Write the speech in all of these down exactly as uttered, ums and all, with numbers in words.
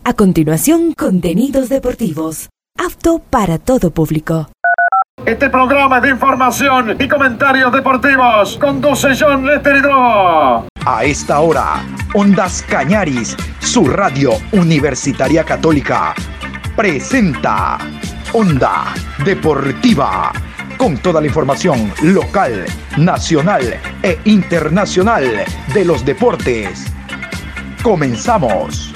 A continuación, contenidos deportivos, apto para todo público. Este programa de información y comentarios deportivos conduce John Lester Hidrobo. A esta hora, Ondas Cañaris, su radio universitaria católica, presenta Onda Deportiva, con toda la información local, nacional e internacional de los deportes. Comenzamos.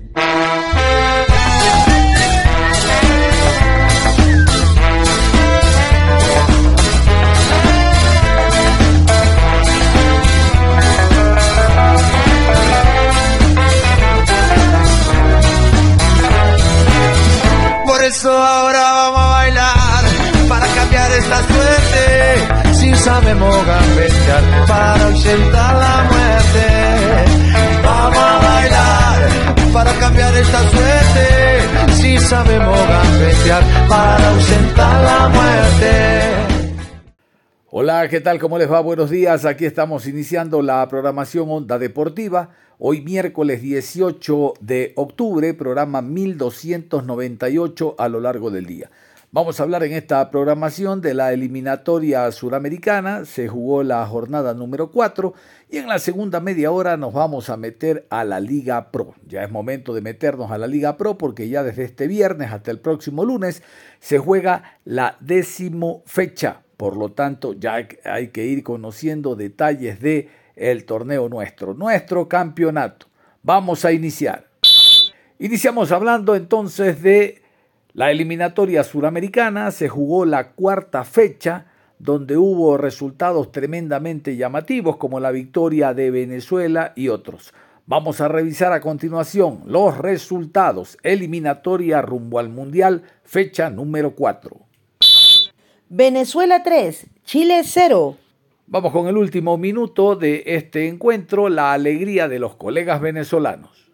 Por eso ahora vamos a bailar para cambiar esta suerte. Si sabemos gambetear para ausentar la muerte. Vamos a bailar para cambiar esta suerte. Si sabemos gambetear para ausentar la muerte. Hola, ¿qué tal? ¿Cómo les va? Buenos días. Aquí estamos iniciando la programación Onda Deportiva. Hoy miércoles dieciocho de octubre, programa mil doscientos noventa y ocho a lo largo del día. Vamos a hablar en esta programación de la eliminatoria suramericana. Se jugó la jornada número cuatro y en la segunda media hora nos vamos a meter a la Liga Pro. Ya es momento de meternos a la Liga Pro porque ya desde este viernes hasta el próximo lunes se juega la décimo fecha. Por lo tanto, ya hay que ir conociendo detalles de el torneo nuestro, nuestro campeonato. Vamos a iniciar. Iniciamos hablando entonces de la eliminatoria suramericana. Se jugó la cuarta fecha, donde hubo resultados tremendamente llamativos, como la victoria de Venezuela y otros. Vamos a revisar a continuación los resultados. Eliminatoria rumbo al Mundial, fecha número cuatro. Venezuela tres, Chile cero. Vamos con el último minuto de este encuentro, la alegría de los colegas venezolanos.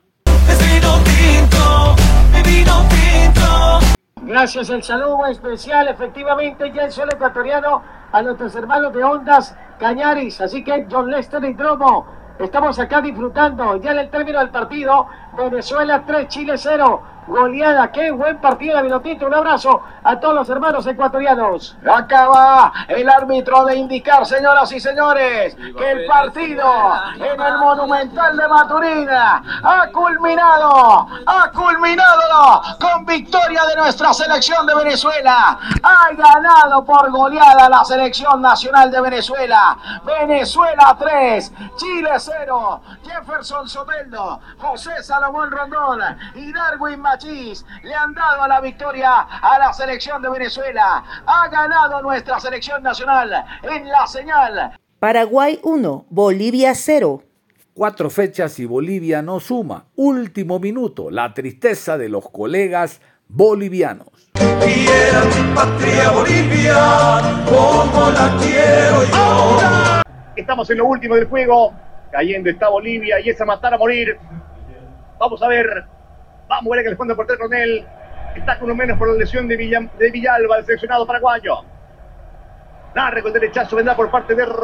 Gracias, el saludo especial, efectivamente, ya el suelo ecuatoriano a nuestros hermanos de Ondas Cañaris. Así que, John Lester y Dromo, estamos acá disfrutando ya en el término del partido. Venezuela tres, Chile cero. Goleada, qué buen partido de Minotito. Un abrazo a todos los hermanos ecuatorianos. Acaba el árbitro de indicar, señoras y señores, que el partido en el Monumental de Maturín ha culminado, ha culminado con victoria de nuestra selección de Venezuela. Ha ganado por goleada la selección nacional de Venezuela. Venezuela tres, Chile cero. Jefferson Soteldo, José Salomón Rondón y Darwin Machís le han dado la victoria a la selección de Venezuela. Ha ganado nuestra selección nacional en la señal. Paraguay uno, Bolivia cero. Cuatro fechas y Bolivia no suma. Último minuto, la tristeza de los colegas bolivianos. Quiero mi patria Bolivia, como la quiero yo. Estamos en lo último del juego. Cayendo está Bolivia y es a matar a morir. Vamos a ver. Vamos a ver que el fondo portero con él. Está con uno menos por la lesión de, Villa, de Villalba, el seleccionado paraguayo. Largo el derechazo vendrá por parte de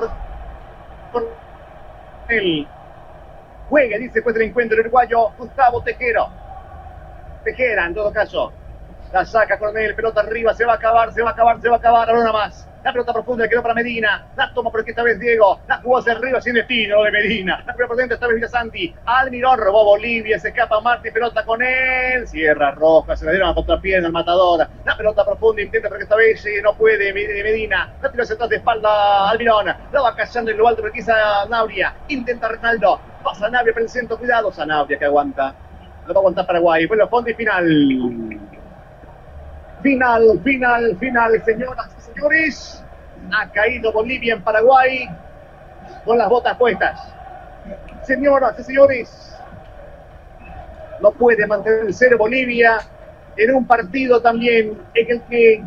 él. Juega, dice después del encuentro el uruguayo Gustavo Tejero. Tejera, en todo caso. La saca con él, pelota arriba, se va a acabar, se va a acabar, se va a acabar, ahora nada más. La pelota profunda quedó para Medina. La toma porque esta vez Diego. La jugó hacia arriba sin destino de Medina. La pelota por dentro esta vez Villasanti. Almirón robó Bolivia. Se escapa Martí. Pelota con él. Cierra Roja. Se le dieron a contrapié al matador. La pelota profunda intenta porque esta vez eh, no puede Medina. La tiró hacia atrás de espalda Almirón. La va cazando en lo alto porque quizá Nabria. Intenta Reinaldo. Pasa Nabria por el centro. Cuidado. Sanabria que aguanta. Lo va a aguantar Paraguay. Bueno, fondo y final. Final, final, final, señoras y señores. Ha caído Bolivia en Paraguay con las botas puestas. Señoras y señores, no puede mantener el cero Bolivia en un partido también en el que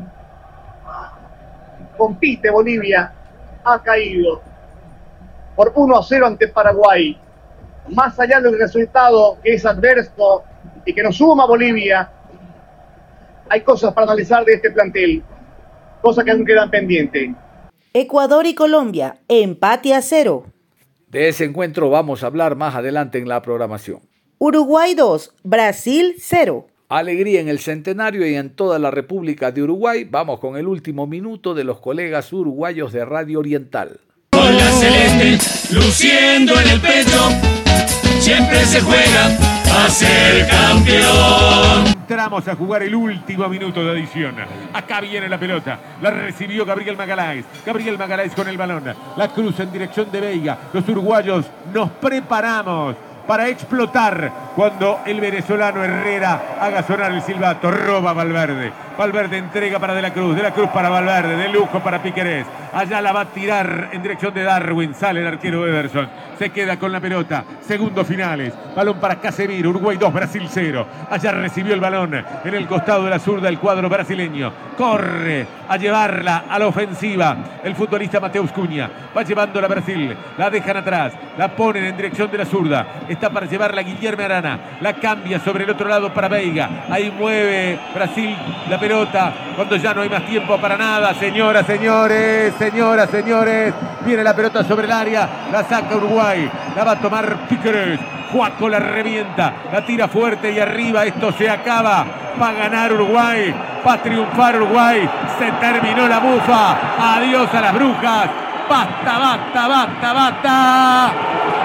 compite Bolivia. Ha caído por uno a cero ante Paraguay. Más allá del resultado que es adverso y que nos suma Bolivia, hay cosas para analizar de este plantel, cosas que aún quedan pendientes. Ecuador y Colombia, empate a cero. De ese encuentro vamos a hablar más adelante en la programación. Uruguay dos, Brasil cero. Alegría en el centenario y en toda la República de Uruguay. Vamos con el último minuto de los colegas uruguayos de Radio Oriental. Con la celeste luciendo en el pecho, siempre se juega a ser campeón. Entramos a jugar el último minuto de adición. Acá viene la pelota. La recibió Gabriel Magaláes. Gabriel Magaláes con el balón. La cruza en dirección de Veiga. Los uruguayos nos preparamos para explotar cuando el venezolano Herrera haga sonar el silbato. Roba Valverde. Valverde entrega para De la Cruz. De la Cruz para Valverde. De lujo para Piquerés. Allá la va a tirar en dirección de Darwin. Sale el arquero Ederson. Se queda con la pelota. Segundos finales. Balón para Casemiro. Uruguay dos, Brasil cero. Allá recibió el balón en el costado de la zurda el cuadro brasileño. Corre a llevarla a la ofensiva el futbolista Mateus Cunha. Va llevándola a Brasil. La dejan atrás. La ponen en dirección de la zurda. Está para llevarla Guillermo Arana. La cambia sobre el otro lado para Veiga. Ahí mueve Brasil la pelota cuando ya no hay más tiempo para nada. Señoras, señores, señoras, señores. Viene la pelota sobre el área. La saca Uruguay. La va a tomar Piquerés. Juaco la revienta. La tira fuerte y arriba. Esto se acaba. Va a ganar Uruguay. Va a triunfar Uruguay. Se terminó la bufa. Adiós a las brujas. Basta, basta, basta, basta.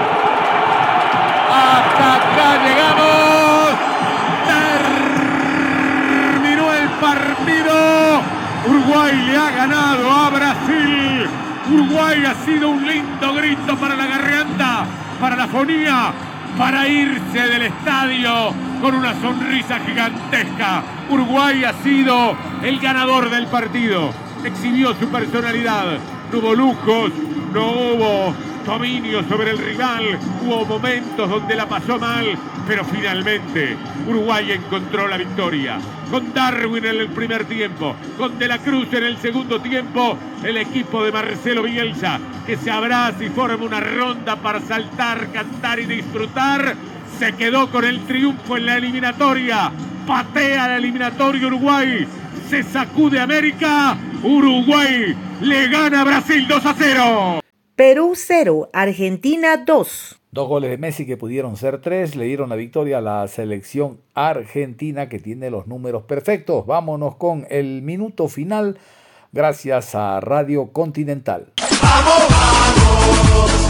Hasta acá llegamos. Terminó el partido. Uruguay le ha ganado a Brasil. Uruguay ha sido un lindo grito para la garganta, para la fonía, para irse del estadio con una sonrisa gigantesca. Uruguay ha sido el ganador del partido. Exhibió su personalidad. No hubo lujos, no hubo dominio sobre el rival, hubo momentos donde la pasó mal, pero finalmente Uruguay encontró la victoria. Con Darwin en el primer tiempo, con De la Cruz en el segundo tiempo, el equipo de Marcelo Bielsa, que se abraza y forma una ronda para saltar, cantar y disfrutar, se quedó con el triunfo en la eliminatoria. Patea la eliminatoria Uruguay, se sacude América, Uruguay le gana a Brasil dos a cero. Perú cero, Argentina dos. Dos goles de Messi que pudieron ser tres, le dieron la victoria a la selección argentina que tiene los números perfectos. Vámonos con el minuto final gracias a Radio Continental. ¡Vamos, vamos,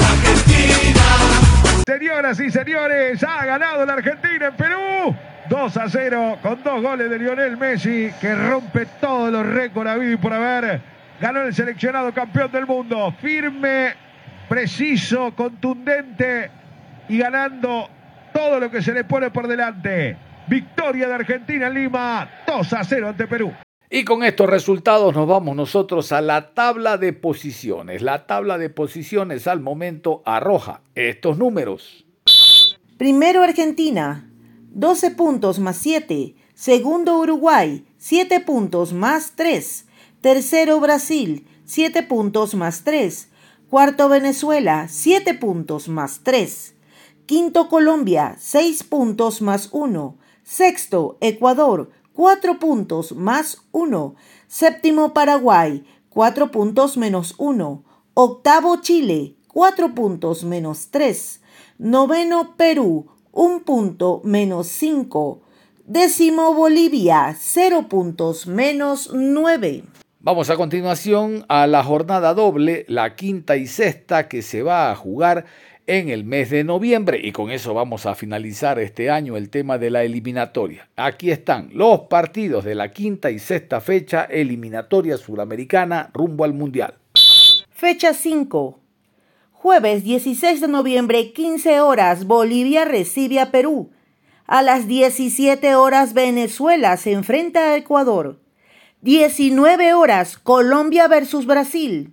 Argentina! Señoras y señores, ha ganado la Argentina en Perú. dos a cero con dos goles de Lionel Messi que rompe todos los récords habido y por haber. Ganó el seleccionado campeón del mundo, firme, preciso, contundente y ganando todo lo que se le pone por delante. Victoria de Argentina en Lima, dos a cero ante Perú. Y con estos resultados nos vamos nosotros a la tabla de posiciones. La tabla de posiciones al momento arroja estos números. Primero Argentina, doce puntos más siete. Segundo Uruguay, siete puntos más tres. Tercero Brasil, siete puntos más tres. Cuarto Venezuela, siete puntos más tres. Quinto Colombia, seis puntos más uno. Sexto Ecuador, cuatro puntos más uno. Séptimo Paraguay, cuatro puntos menos uno. Octavo Chile, cuatro puntos menos tres. Noveno Perú, un punto menos cinco. Décimo Bolivia, cero puntos menos nueve. Vamos a continuación a la jornada doble, la quinta y sexta, que se va a jugar en el mes de noviembre. Y con eso vamos a finalizar este año el tema de la eliminatoria. Aquí están los partidos de la quinta y sexta fecha, eliminatoria suramericana rumbo al Mundial. Fecha cinco. Jueves dieciséis de noviembre, quince horas, Bolivia recibe a Perú. A las diecisiete horas, Venezuela se enfrenta a Ecuador. diecinueve horas, Colombia versus Brasil.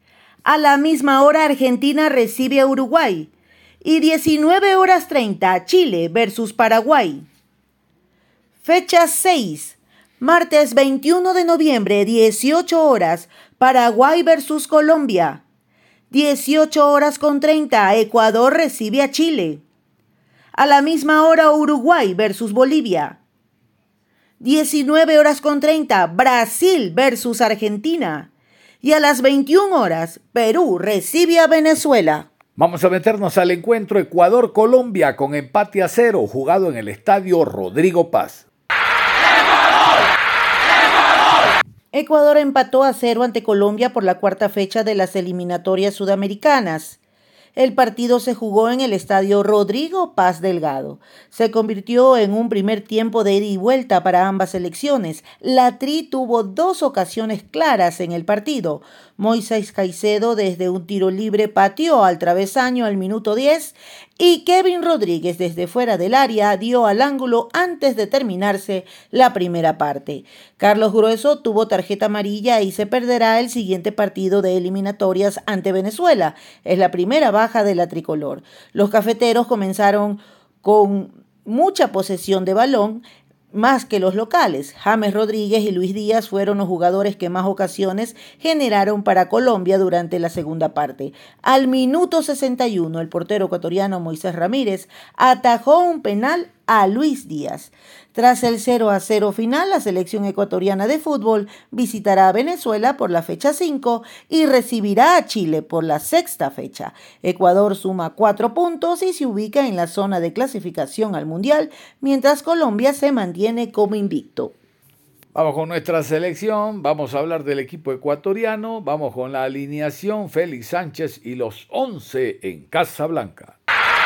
A la misma hora, Argentina recibe a Uruguay. Y diecinueve horas treinta, Chile versus Paraguay. Fecha seis. Martes veintiuno de noviembre, dieciocho horas, Paraguay versus Colombia. dieciocho horas con treinta, Ecuador recibe a Chile. A la misma hora, Uruguay versus Bolivia. diecinueve horas con treinta, Brasil versus Argentina. Y a las veintiuna horas, Perú recibe a Venezuela. Vamos a meternos al encuentro Ecuador-Colombia con empate a cero, jugado en el estadio Rodrigo Paz. Ecuador empató a cero ante Colombia por la cuarta fecha de las eliminatorias sudamericanas. El partido se jugó en el estadio Rodrigo Paz Delgado. Se convirtió en un primer tiempo de ida y vuelta para ambas selecciones. La Tri tuvo dos ocasiones claras en el partido. Moisés Caicedo desde un tiro libre pateó al travesaño al minuto diez y Kevin Rodríguez desde fuera del área dio al ángulo antes de terminarse la primera parte. Carlos Grueso tuvo tarjeta amarilla y se perderá el siguiente partido de eliminatorias ante Venezuela. Es la primera baja de la tricolor. Los cafeteros comenzaron con mucha posesión de balón, más que los locales. James Rodríguez y Luis Díaz fueron los jugadores que más ocasiones generaron para Colombia durante la segunda parte. Al minuto sesenta y uno, el portero ecuatoriano Moisés Ramírez atajó un penal a Luis Díaz. Tras el cero a cero final, la selección ecuatoriana de fútbol visitará a Venezuela por la fecha cinco y recibirá a Chile por la sexta fecha. Ecuador suma cuatro puntos y se ubica en la zona de clasificación al Mundial, mientras Colombia se mantiene como invicto. Vamos con nuestra selección, vamos a hablar del equipo ecuatoriano, vamos con la alineación: Félix Sánchez y los once en Casablanca.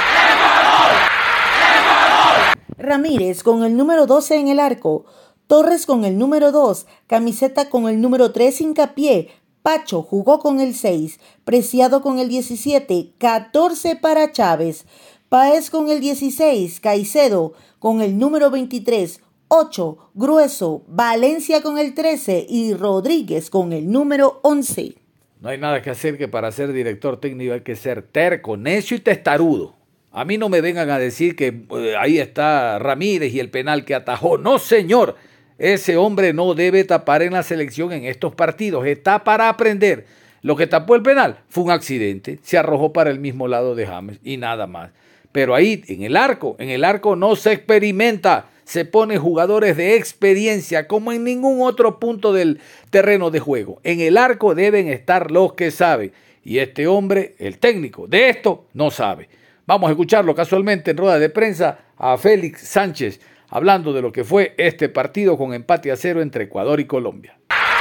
Ramírez con el número doce en el arco, Torres con el número dos, camiseta con el número tres hincapié, Pacho jugó con el seis, Preciado con el diecisiete, catorce para Chávez, Páez con el dieciséis, Caicedo con el número veintitrés, ocho, Grueso, Valencia con el trece y Rodríguez con el número once. No hay nada que hacer que para ser director técnico hay que ser terco, necio y testarudo. A mí no me vengan a decir que eh, ahí está Ramírez y el penal que atajó. No, señor. Ese hombre no debe tapar en la selección en estos partidos. Está para aprender. Lo que tapó el penal fue un accidente. Se arrojó para el mismo lado de James y nada más. Pero ahí, en el arco, en el arco no se experimenta. Se pone jugadores de experiencia como en ningún otro punto del terreno de juego. En el arco deben estar los que saben. Y este hombre, el técnico de esto, no sabe. Vamos a escucharlo casualmente en rueda de prensa a Félix Sánchez hablando de lo que fue este partido con empate a cero entre Ecuador y Colombia.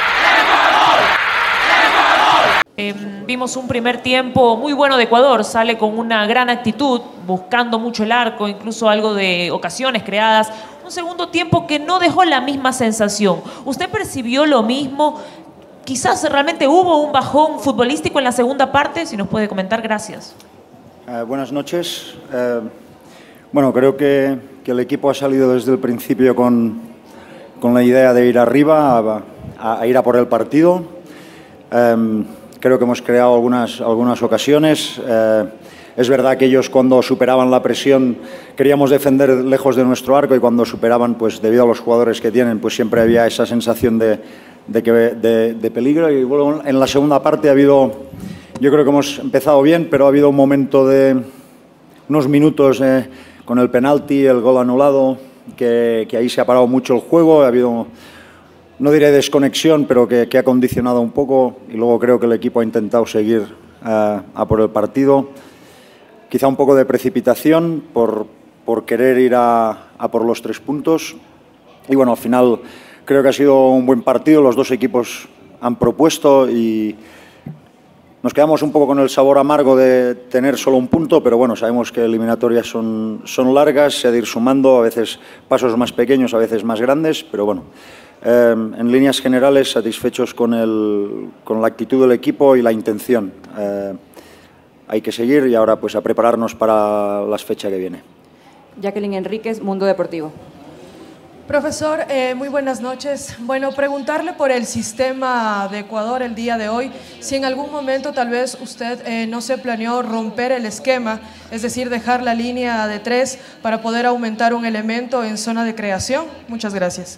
Eh, vimos un primer tiempo muy bueno de Ecuador, sale con una gran actitud, buscando mucho el arco, incluso algo de ocasiones creadas. Un segundo tiempo que no dejó la misma sensación. ¿Usted percibió lo mismo? Quizás realmente hubo un bajón futbolístico en la segunda parte, si nos puede comentar, gracias. Uh, buenas noches. Uh, bueno, creo que, que el equipo ha salido desde el principio con, con la idea de ir arriba, a, a, a ir a por el partido. Um, creo que hemos creado algunas, algunas ocasiones. Uh, es verdad que ellos, cuando superaban la presión, queríamos defender lejos de nuestro arco, y cuando superaban, pues debido a los jugadores que tienen, pues siempre había esa sensación de, de, que, de, de peligro. Y bueno, en la segunda parte ha habido... Yo creo que hemos empezado bien, pero ha habido un momento de unos minutos eh, con el penalti, el gol anulado, que, que ahí se ha parado mucho el juego. Ha habido, no diré desconexión, pero que, que ha condicionado un poco. Y luego creo que el equipo ha intentado seguir eh, a por el partido. Quizá un poco de precipitación por, por querer ir a, a por los tres puntos. Y bueno, al final creo que ha sido un buen partido. Los dos equipos han propuesto y... Nos quedamos un poco con el sabor amargo de tener solo un punto, pero bueno, sabemos que eliminatorias son, son largas, se ha de ir sumando, a veces pasos más pequeños, a veces más grandes, pero bueno, eh, en líneas generales satisfechos con, el, con la actitud del equipo y la intención. Eh, hay que seguir y ahora pues a prepararnos para la fecha que viene. Jacqueline Enríquez, Mundo Deportivo. Profesor, eh, muy buenas noches. Bueno, preguntarle por el sistema de Ecuador el día de hoy, si en algún momento tal vez usted eh, no se planeó romper el esquema, es decir, dejar la línea de tres para poder aumentar un elemento en zona de creación. Muchas gracias.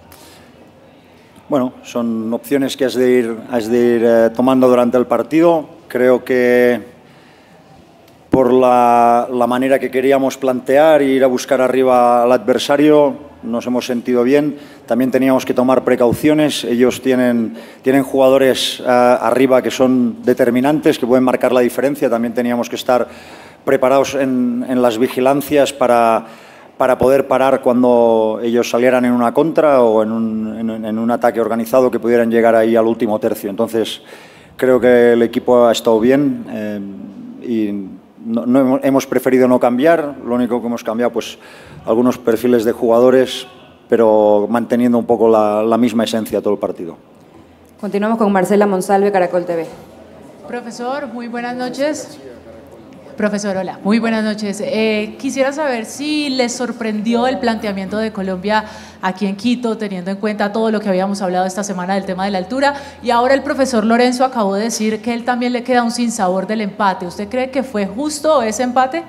Bueno, son opciones que has de ir, has de ir eh, tomando durante el partido. Creo que por la, la manera que queríamos plantear e ir a buscar arriba al adversario, nos hemos sentido bien. También teníamos que tomar precauciones. Ellos tienen, tienen jugadores uh, arriba que son determinantes, que pueden marcar la diferencia. También teníamos que estar preparados en, en las vigilancias para, para poder parar cuando ellos salieran en una contra o en un, en, en un ataque organizado, que pudieran llegar ahí al último tercio. Entonces, creo que el equipo ha estado bien eh, y no, no hemos preferido no cambiar. Lo único que hemos cambiado, pues, algunos perfiles de jugadores, pero manteniendo un poco la, la misma esencia todo el partido. Continuamos con Marcela Monsalve, Caracol T V. Profesor, muy buenas noches. Profesor, hola, muy buenas noches. Eh, quisiera saber si les sorprendió el planteamiento de Colombia aquí en Quito, teniendo en cuenta todo lo que habíamos hablado esta semana del tema de la altura, y ahora el profesor Lorenzo acabó de decir que él también le queda un sinsabor del empate. ¿Usted cree que fue justo ese empate?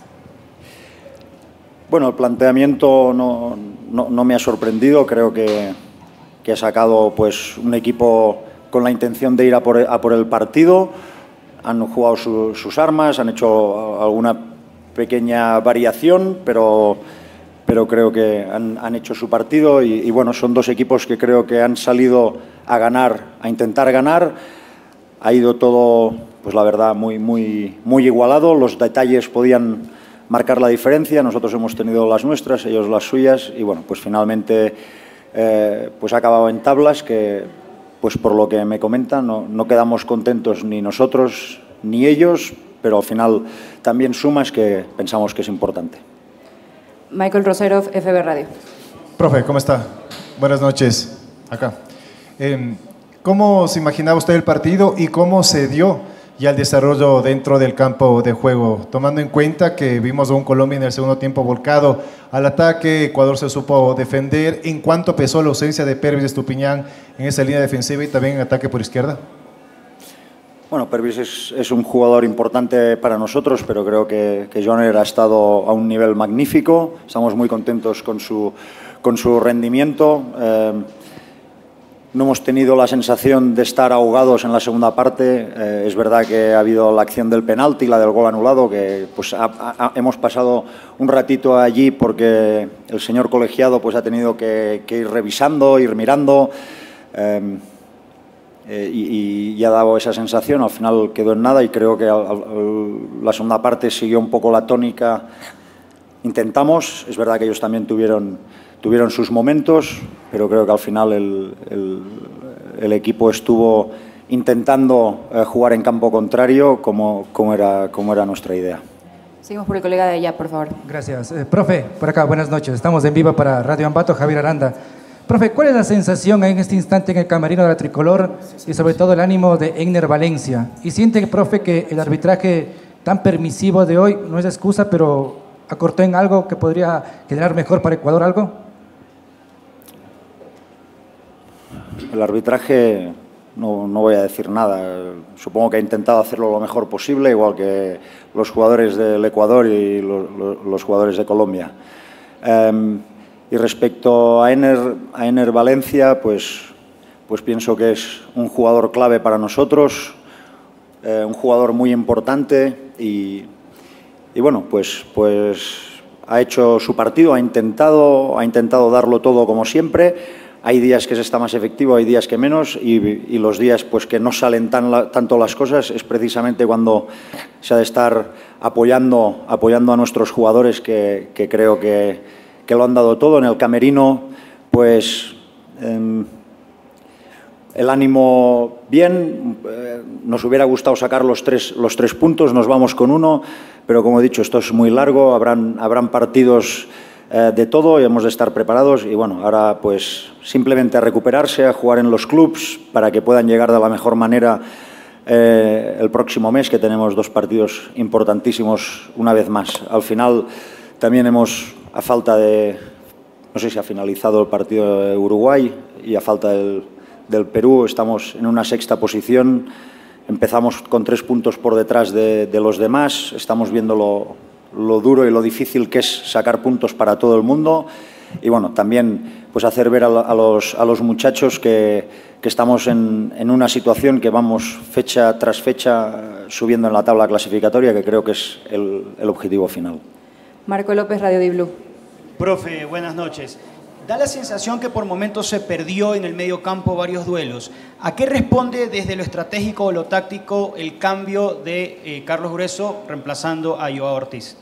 Bueno, el planteamiento no, no, no me ha sorprendido. Creo que, que ha sacado, pues, un equipo con la intención de ir a por, a por el partido. Han jugado su, sus armas, han hecho alguna pequeña variación, pero, pero creo que han, han hecho su partido y, y bueno, son dos equipos que creo que han salido a ganar, a intentar ganar. Ha ido todo, pues la verdad, muy, muy, muy igualado. Los detalles podían marcar la diferencia. Nosotros hemos tenido las nuestras, ellos las suyas y bueno, pues finalmente eh, pues ha acabado en tablas que, pues por lo que me comentan, no, no quedamos contentos ni nosotros ni ellos, pero al final también sumas que pensamos que es importante. Michael Roserov, F B Radio. Profe, ¿cómo está? Buenas noches. Acá. Eh, ¿Cómo se imaginaba usted el partido y cómo se dio ya el desarrollo dentro del campo de juego? Tomando en cuenta que vimos a un Colombia en el segundo tiempo volcado al ataque, Ecuador se supo defender. ¿En cuánto pesó la ausencia de Pervis Estupiñán en esa línea defensiva y también en ataque por izquierda? Bueno, Pervis es, es un jugador importante para nosotros, pero creo que, que Joner ha estado a un nivel magnífico. Estamos muy contentos con su, con su rendimiento. Eh, No hemos tenido la sensación de estar ahogados en la segunda parte. Eh, es verdad que ha habido la acción del penalti, la del gol anulado, que pues ha, ha, hemos pasado un ratito allí porque el señor colegiado pues ha tenido que, que ir revisando, ir mirando eh, eh, y, y ha dado esa sensación. Al final quedó en nada y creo que al, al, la segunda parte siguió un poco la tónica. Intentamos, es verdad que ellos también tuvieron... Tuvieron sus momentos, pero creo que al final el, el, el equipo estuvo intentando eh, jugar en campo contrario como, como, era, como era nuestra idea. Seguimos por el colega de allá, por favor. Gracias. Eh, profe, por acá, buenas noches. Estamos en vivo para Radio Ambato, Javier Aranda. Profe, ¿cuál es la sensación en este instante en el camerino de la Tricolor y sobre todo el ánimo de Egner Valencia? ¿Y siente, profe, que el arbitraje tan permisivo de hoy no es excusa, pero acortó en algo que podría generar mejor para Ecuador algo? El arbitraje, no, no voy a decir nada. Supongo que ha intentado hacerlo lo mejor posible, igual que los jugadores del Ecuador y los, los, los jugadores de Colombia. Eh, y respecto a Ener, a Ener Valencia, pues, pues pienso que es un jugador clave para nosotros, eh, un jugador muy importante y, y bueno, pues, pues ha hecho su partido, ha intentado, ha intentado darlo todo como siempre. Hay días que se está más efectivo, hay días que menos y, y los días pues, que no salen tan la, tanto las cosas es precisamente cuando se ha de estar apoyando, apoyando a nuestros jugadores que, que creo que, que lo han dado todo. En el camerino, pues eh, el ánimo bien, eh, nos hubiera gustado sacar los tres, los tres puntos, nos vamos con uno, pero como he dicho, esto es muy largo, habrán, habrán partidos de todo y hemos de estar preparados y bueno, ahora pues simplemente a recuperarse, a jugar en los clubs para que puedan llegar de la mejor manera eh, el próximo mes, que tenemos dos partidos importantísimos una vez más. Al final también hemos, a falta de, no sé si ha finalizado el partido de Uruguay y a falta del, del Perú, estamos en una sexta posición, empezamos con tres puntos por detrás de, de los demás, estamos viendo lo lo duro y lo difícil que es sacar puntos para todo el mundo y bueno, también pues hacer ver a, a, los, a los muchachos que, que estamos en, en una situación que vamos fecha tras fecha subiendo en la tabla clasificatoria, que creo que es el, el objetivo final. Marco López, Radio Di Blue. Profe, buenas noches. Da la sensación que por momentos se perdió en el medio campo varios duelos. ¿A qué responde desde lo estratégico o lo táctico el cambio de eh, Carlos Grueso reemplazando a Joao Ortiz?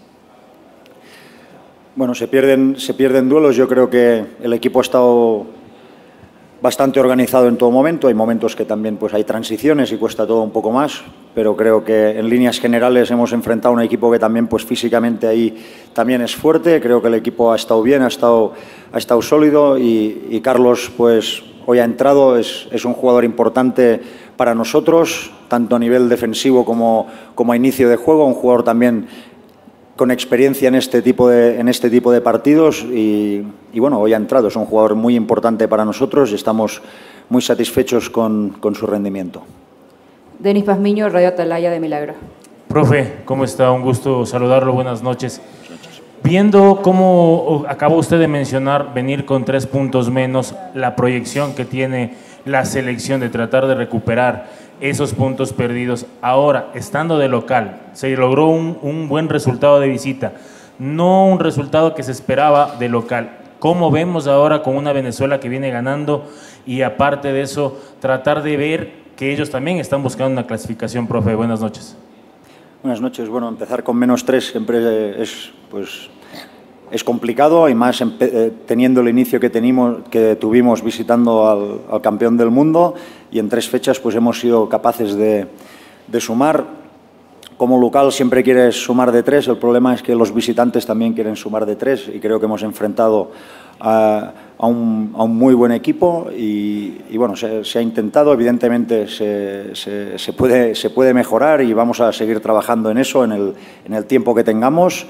Bueno, se pierden, se pierden duelos. Yo creo que el equipo ha estado bastante organizado en todo momento. Hay momentos que también pues, hay transiciones y cuesta todo un poco más, pero creo que en líneas generales hemos enfrentado a un equipo que también pues, físicamente ahí también es fuerte. Creo que el equipo ha estado bien, ha estado, ha estado sólido y, y Carlos pues, hoy ha entrado, es, es un jugador importante para nosotros, tanto a nivel defensivo como, como a inicio de juego, un jugador también con experiencia en este tipo de, en este tipo de partidos y, y bueno, hoy ha entrado, es un jugador muy importante para nosotros y estamos muy satisfechos con, con su rendimiento. Denis Pazmiño, Radio Atalaya de Milagro. Profe, ¿cómo está? Un gusto saludarlo, buenas noches. Viendo cómo acaba usted de mencionar venir con tres puntos menos, la proyección que tiene la selección de tratar de recuperar esos puntos perdidos. Ahora, estando de local, se logró un, un buen resultado de visita, no un resultado que se esperaba de local. ¿Cómo vemos ahora con una Venezuela que viene ganando y aparte de eso, tratar de ver que ellos también están buscando una clasificación, profe? Buenas noches. Buenas noches. Bueno, empezar con menos tres siempre es, pues, es complicado y más eh, teniendo el inicio que, tenimos, que tuvimos visitando al, al campeón del mundo y en tres fechas pues hemos sido capaces de, de sumar. Como local siempre quieres sumar de tres, el problema es que los visitantes también quieren sumar de tres y creo que hemos enfrentado a, a, un, a un muy buen equipo y, y bueno, se, se ha intentado, evidentemente se, se, se, puede, se puede mejorar y vamos a seguir trabajando en eso en el, en el tiempo que tengamos.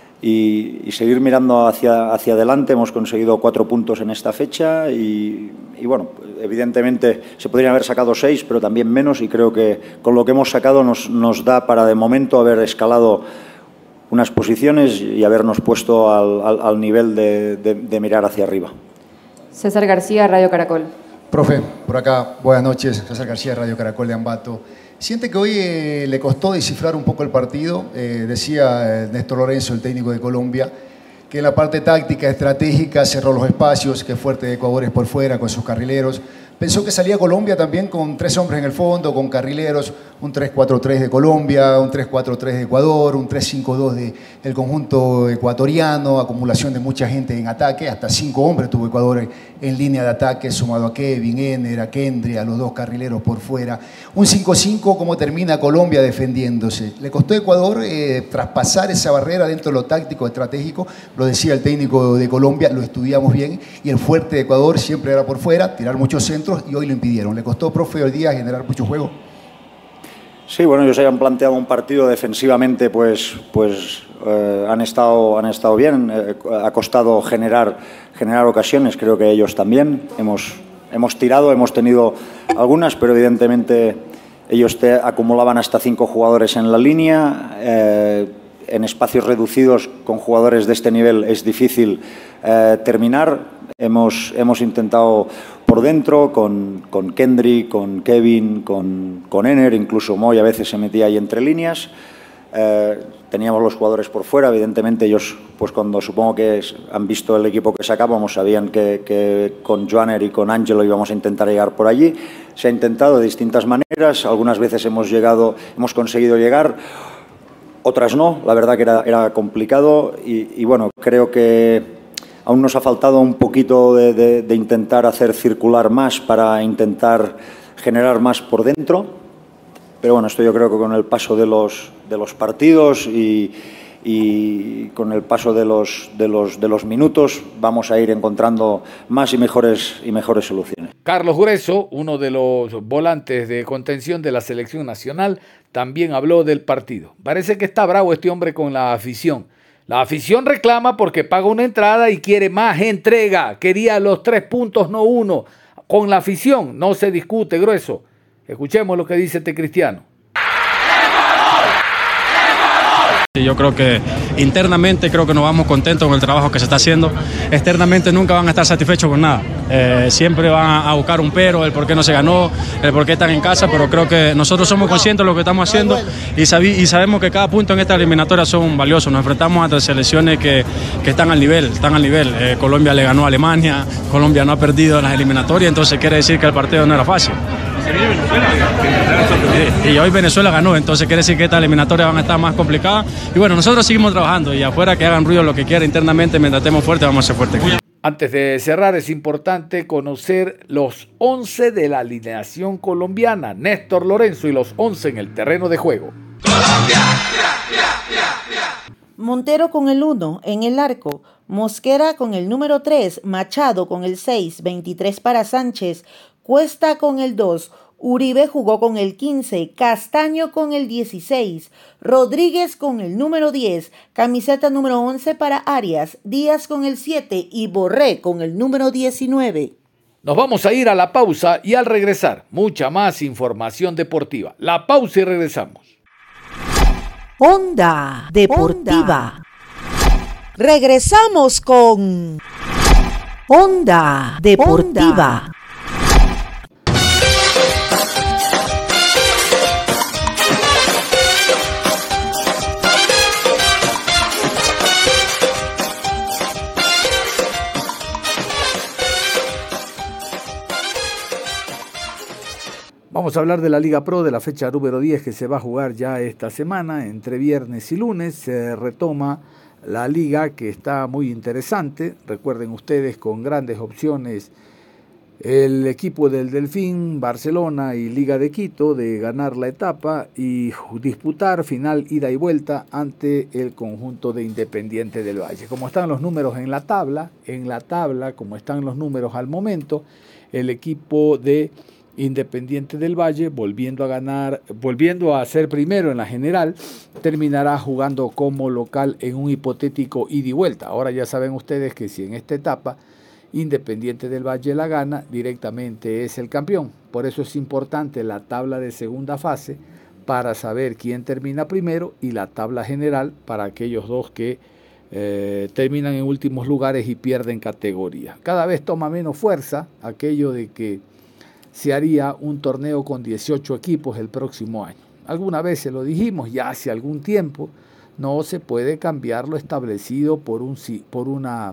Y, y seguir mirando hacia, hacia adelante. Hemos conseguido cuatro puntos en esta fecha y, y bueno, evidentemente se podrían haber sacado seis, pero también menos y creo que con lo que hemos sacado nos, nos da para de momento haber escalado unas posiciones y habernos puesto al, al, al nivel de, de, de mirar hacia arriba. César García, Radio Caracol. Profe, por acá, buenas noches. César García, Radio Caracol de Ambato. ¿Siente que hoy eh, le costó descifrar un poco el partido? Eh, decía eh, Néstor Lorenzo, el técnico de Colombia, que en la parte táctica, estratégica, cerró los espacios, que fuerte de Ecuador es por fuera con sus carrileros. Pensó que salía Colombia también con tres hombres en el fondo, con carrileros, un tres cuatro tres de Colombia, un tres cuatro tres de Ecuador, un tres cinco dos del conjunto ecuatoriano, acumulación de mucha gente en ataque, hasta cinco hombres tuvo Ecuador en, en línea de ataque, sumado a Kevin, Ener, a Kendry, a los dos carrileros por fuera. Un cinco cinco, ¿cómo termina Colombia defendiéndose? Le costó a Ecuador eh, traspasar esa barrera dentro de lo táctico, estratégico, lo decía el técnico de Colombia, lo estudiamos bien, y el fuerte de Ecuador siempre era por fuera, tirar muchos centros, y hoy lo impidieron. ¿Le costó, profe, hoy día generar mucho juego? Sí, bueno, ellos hayan planteado un partido defensivamente, pues, pues eh, han, estado, han estado bien. Eh, ha costado generar, generar ocasiones, creo que ellos también. Hemos, hemos tirado, hemos tenido algunas, pero evidentemente ellos te acumulaban hasta cinco jugadores en la línea. Eh, en espacios reducidos con jugadores de este nivel es difícil eh, terminar. Hemos, hemos intentado por dentro con, con Kendry, con Kevin, con, con Ener, incluso Moy a veces se metía ahí entre líneas. Eh, teníamos los jugadores por fuera, evidentemente ellos, pues cuando supongo que han visto el equipo que sacábamos, sabían que, que con Joaner y con Ángelo íbamos a intentar llegar por allí. Se ha intentado de distintas maneras, algunas veces hemos llegado, hemos conseguido llegar, otras no, la verdad que era, era complicado y, y bueno, creo que aún nos ha faltado un poquito de, de, de intentar hacer circular más para intentar generar más por dentro. Pero bueno, esto yo creo que con el paso de los, de los partidos y, y con el paso de los, de, los, de los minutos vamos a ir encontrando más y mejores, y mejores soluciones. Carlos Grueso, uno de los volantes de contención de la selección nacional, también habló del partido. Parece que está bravo este hombre con la afición. La afición reclama porque paga una entrada y quiere más entrega. Quería los tres puntos, no uno. Con la afición no se discute, Grueso. Escuchemos lo que dice este cristiano. Yo creo que internamente creo que nos vamos contentos con el trabajo que se está haciendo. Externamente nunca van a estar satisfechos con nada. Eh, siempre van a buscar un pero, el por qué no se ganó, el por qué están en casa, pero creo que nosotros somos conscientes de lo que estamos haciendo y, sabi- y sabemos que cada punto en esta eliminatoria son valiosos. Nos enfrentamos a selecciones que, que están al nivel, están al nivel. Eh, Colombia le ganó a Alemania, Colombia no ha perdido en las eliminatorias, entonces quiere decir que el partido no era fácil. Y hoy Venezuela ganó, entonces quiere decir que estas eliminatorias van a estar más complicadas. Y bueno, nosotros seguimos trabajando y afuera que hagan ruido lo que quieran internamente, mientras estemos fuertes, vamos a ser fuertes. Antes de cerrar, es importante conocer los once de la alineación colombiana. Néstor Lorenzo y los once en el terreno de juego. Montero con el uno en el arco, Mosquera con el número tres, Machado con el seis, veintitrés para Sánchez, Cuesta con el dos, Uribe jugó con el quince, Castaño con el dieciséis, Rodríguez con el número diez, camiseta número once para Arias, Díaz con el siete y Borré con el número diecinueve. Nos vamos a ir a la pausa y al regresar, mucha más información deportiva. La pausa y regresamos. Onda Deportiva. Regresamos con Onda Deportiva. Onda. Vamos a hablar de la Liga Pro, de la fecha número diez que se va a jugar ya esta semana, entre viernes y lunes. Se retoma la liga, que está muy interesante. Recuerden ustedes, con grandes opciones el equipo del Delfín, Barcelona y Liga de Quito de ganar la etapa y disputar final ida y vuelta ante el conjunto de Independiente del Valle. Como están los números en la tabla, en la tabla, como están los números al momento, el equipo de Independiente del Valle, volviendo a ganar, volviendo a ser primero en la general, terminará jugando como local en un hipotético ida y vuelta. Ahora ya saben ustedes que si en esta etapa Independiente del Valle la gana, directamente es el campeón. Por eso es importante la tabla de segunda fase para saber quién termina primero y la tabla general para aquellos dos que eh, terminan en últimos lugares y pierden categoría. Cada vez toma menos fuerza aquello de que se haría un torneo con dieciocho equipos el próximo año. Alguna vez se lo dijimos, ya hace algún tiempo, no se puede cambiar lo establecido por un, por una,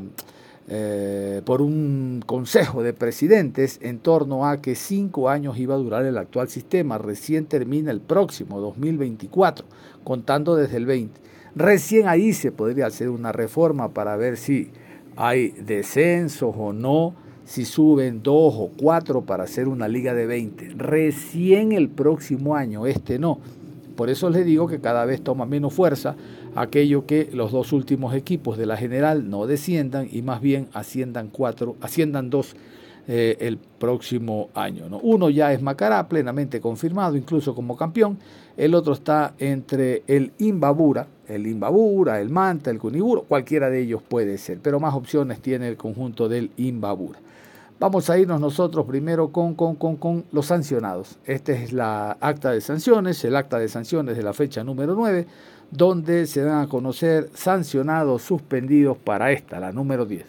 eh, por un consejo de presidentes en torno a que cinco años iba a durar el actual sistema. Recién termina el próximo, dos mil veinticuatro, contando desde el veinte. Recién ahí se podría hacer una reforma para ver si hay descensos o no, si suben dos o cuatro para hacer una liga de veinte. Recién el próximo año, este no. Por eso les digo que cada vez toma menos fuerza aquello que los dos últimos equipos de la general no desciendan y más bien asciendan cuatro, asciendan dos eh, el próximo año, ¿no? Uno ya es Macará, plenamente confirmado, incluso como campeón. El otro está entre el Imbabura, el Imbabura, el Manta, el Cuniburo, cualquiera de ellos puede ser, pero más opciones tiene el conjunto del Imbabura. Vamos a irnos nosotros primero con, con, con, con los sancionados. Esta es la acta de sanciones, el acta de sanciones de la fecha número nueve, donde se dan a conocer sancionados suspendidos para esta, la número diez.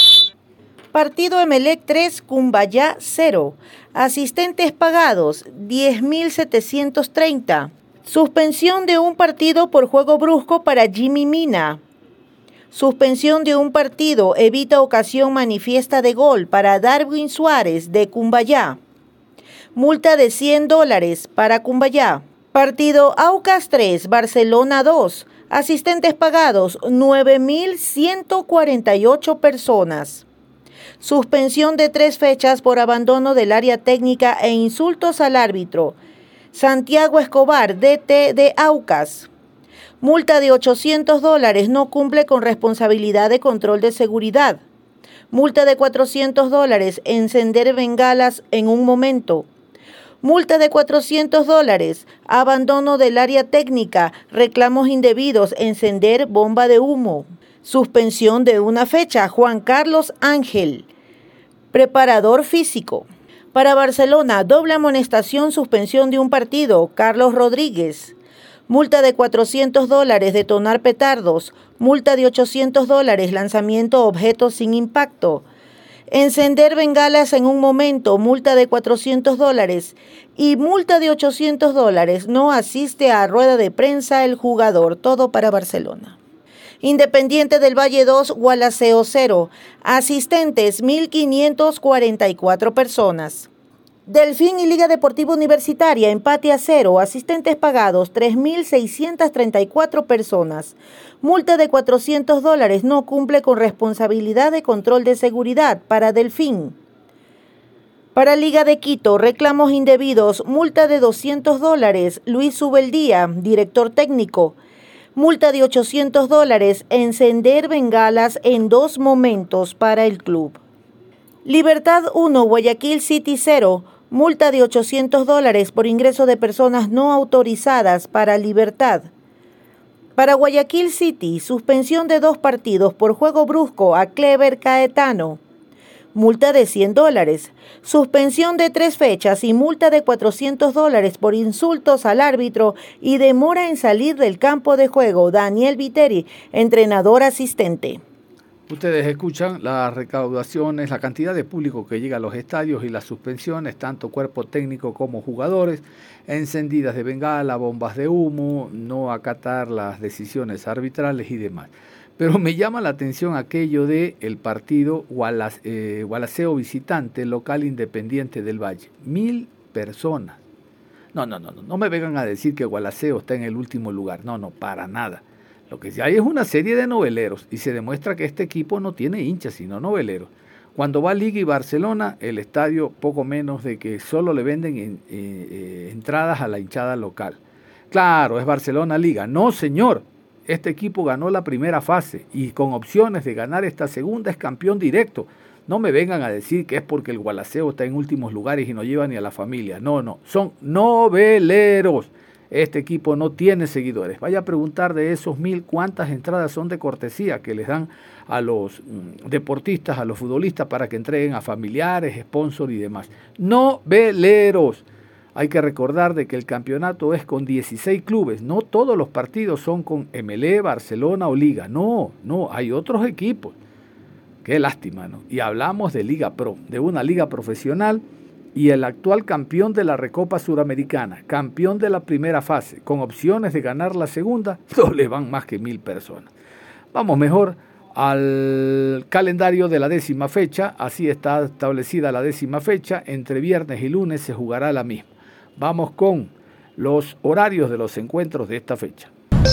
Partido Emelec tres, Cumbayá cero. Asistentes pagados diez mil setecientos treinta. Suspensión de un partido por juego brusco para Jimmy Mina. Suspensión de un partido evita ocasión manifiesta de gol para Darwin Suárez de Cumbayá. Multa de cien dólares para Cumbayá. Partido Aucas tres, Barcelona dos. Asistentes pagados nueve mil ciento cuarenta y ocho personas. Suspensión de tres fechas por abandono del área técnica e insultos al árbitro. Santiago Escobar, D T de Aucas. Multa de ochocientos dólares, no cumple con responsabilidad de control de seguridad. Multa de cuatrocientos dólares, encender bengalas en un momento. Multa de cuatrocientos dólares, abandono del área técnica, reclamos indebidos, encender bomba de humo. Suspensión de una fecha, Juan Carlos Ángel, preparador físico. Para Barcelona, doble amonestación, suspensión de un partido, Carlos Rodríguez. Multa de cuatrocientos dólares detonar petardos. Multa de ochocientos dólares lanzamiento objetos sin impacto. Encender bengalas en un momento, multa de cuatrocientos dólares. Y multa de ochocientos dólares. No asiste a rueda de prensa el jugador. Todo para Barcelona. Independiente del Valle dos, Gualaceo cero. Asistentes mil quinientas cuarenta y cuatro personas. Delfín y Liga Deportiva Universitaria, empate a cero. Asistentes pagados tres mil seiscientas treinta y cuatro personas. Multa de cuatrocientos dólares. No cumple con responsabilidad de control de seguridad para Delfín. Para Liga de Quito, reclamos indebidos. Multa de doscientos dólares. Luis Subeldía, director técnico. Multa de ochocientos dólares. Encender bengalas en dos momentos para el club. Libertad uno, Guayaquil City cero. Multa de ochocientos dólares por ingreso de personas no autorizadas para Libertad. Para Guayaquil City, suspensión de dos partidos por juego brusco a Clever Caetano. Multa de cien dólares. Suspensión de tres fechas y multa de cuatrocientos dólares por insultos al árbitro y demora en salir del campo de juego. Daniel Viteri, entrenador asistente. Ustedes escuchan las recaudaciones, la cantidad de público que llega a los estadios y las suspensiones, tanto cuerpo técnico como jugadores, encendidas de bengala, bombas de humo, no acatar las decisiones arbitrales y demás. Pero me llama la atención aquello de el partido Gualas, eh, Gualaceo visitante, local Independiente del Valle. Mil personas. No, no, no, no, no me vengan a decir que Gualaceo está en el último lugar. No, no, para nada. Lo que sí hay es una serie de noveleros y se demuestra que este equipo no tiene hinchas, sino noveleros. Cuando va Liga y Barcelona, el estadio poco menos de que solo le venden en, eh, eh, entradas a la hinchada local. Claro, es Barcelona-Liga. No, señor. Este equipo ganó la primera fase y con opciones de ganar esta segunda es campeón directo. No me vengan a decir que es porque el Gualaceo está en últimos lugares y no lleva ni a la familia. No, no. Son noveleros. Este equipo no tiene seguidores. Vaya a preguntar de esos mil cuántas entradas son de cortesía que les dan a los mm, deportistas, a los futbolistas para que entreguen a familiares, sponsors y demás. No veleros. Hay que recordar de que el campeonato es con dieciséis clubes. No todos los partidos son con M L E, Barcelona o Liga. No, no, hay otros equipos. Qué lástima, ¿no? Y hablamos de Liga Pro, de una liga profesional. Y el actual campeón de la Recopa Suramericana, campeón de la primera fase, con opciones de ganar la segunda, no le van más que mil personas. Vamos mejor al calendario de la décima fecha, así está establecida la décima fecha, entre viernes y lunes se jugará la misma. Vamos con los horarios de los encuentros de esta fecha.